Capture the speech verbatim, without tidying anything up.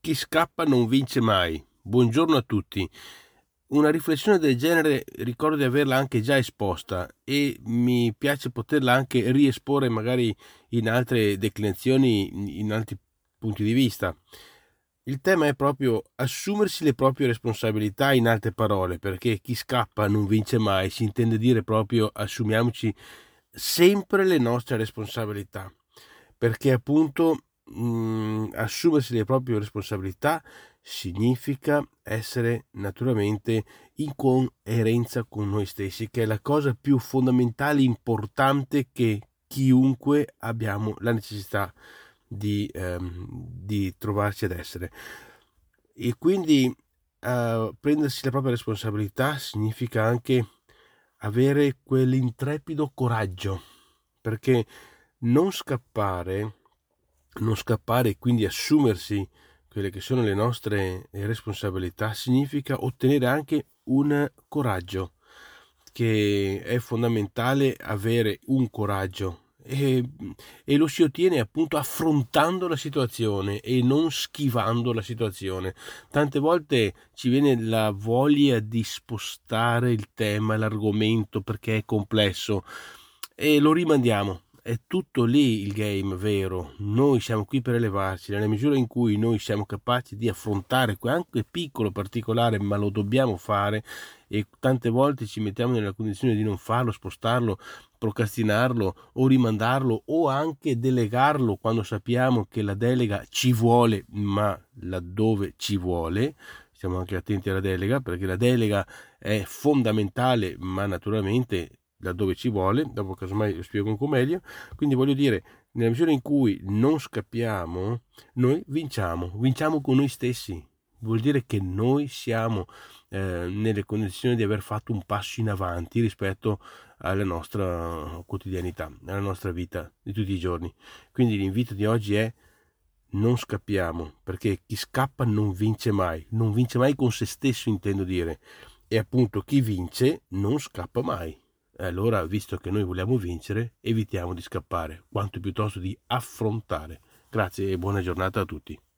Chi scappa non vince mai. Buongiorno a tutti. Una riflessione del genere ricordo di averla anche già esposta e mi piace poterla anche riesporre magari in altre declinazioni, in altri punti di vista. Il tema è proprio assumersi le proprie responsabilità, in altre parole, perché chi scappa non vince mai, si intende dire proprio assumiamoci sempre le nostre responsabilità, perché appunto mh, assumersi le proprie responsabilità significa essere naturalmente in coerenza con noi stessi, che è la cosa più fondamentale e importante che chiunque abbiamo la necessità di, ehm, di trovarci ad essere. E quindi eh, prendersi la propria responsabilità significa anche avere quell'intrepido coraggio, perché non scappare, non scappare e quindi assumersi quelle che sono le nostre responsabilità significa ottenere anche un coraggio, che è fondamentale avere un coraggio e, e lo si ottiene appunto affrontando la situazione e non schivando la situazione. Tante volte ci viene la voglia di spostare il tema, l'argomento perché è complesso e lo rimandiamo. È tutto lì il game vero. Noi siamo qui per elevarci nella misura in cui noi siamo capaci di affrontare anche piccolo particolare, ma lo dobbiamo fare e tante volte ci mettiamo nella condizione di non farlo, spostarlo, procrastinarlo o rimandarlo o anche delegarlo quando sappiamo che la delega ci vuole, ma laddove ci vuole stiamo anche attenti alla delega, perché la delega è fondamentale, ma naturalmente laddove ci vuole, dopo casomai lo spiego un po' meglio. Quindi voglio dire, nella misura in cui non scappiamo, noi vinciamo, vinciamo con noi stessi. Vuol dire che noi siamo eh, nelle condizioni di aver fatto un passo in avanti rispetto alla nostra quotidianità, alla nostra vita di tutti i giorni. Quindi l'invito di oggi è: non scappiamo, perché chi scappa non vince mai, non vince mai con se stesso, intendo dire, e appunto chi vince non scappa mai. Allora, visto che noi vogliamo vincere, evitiamo di scappare, quanto piuttosto di affrontare. Grazie e buona giornata a tutti.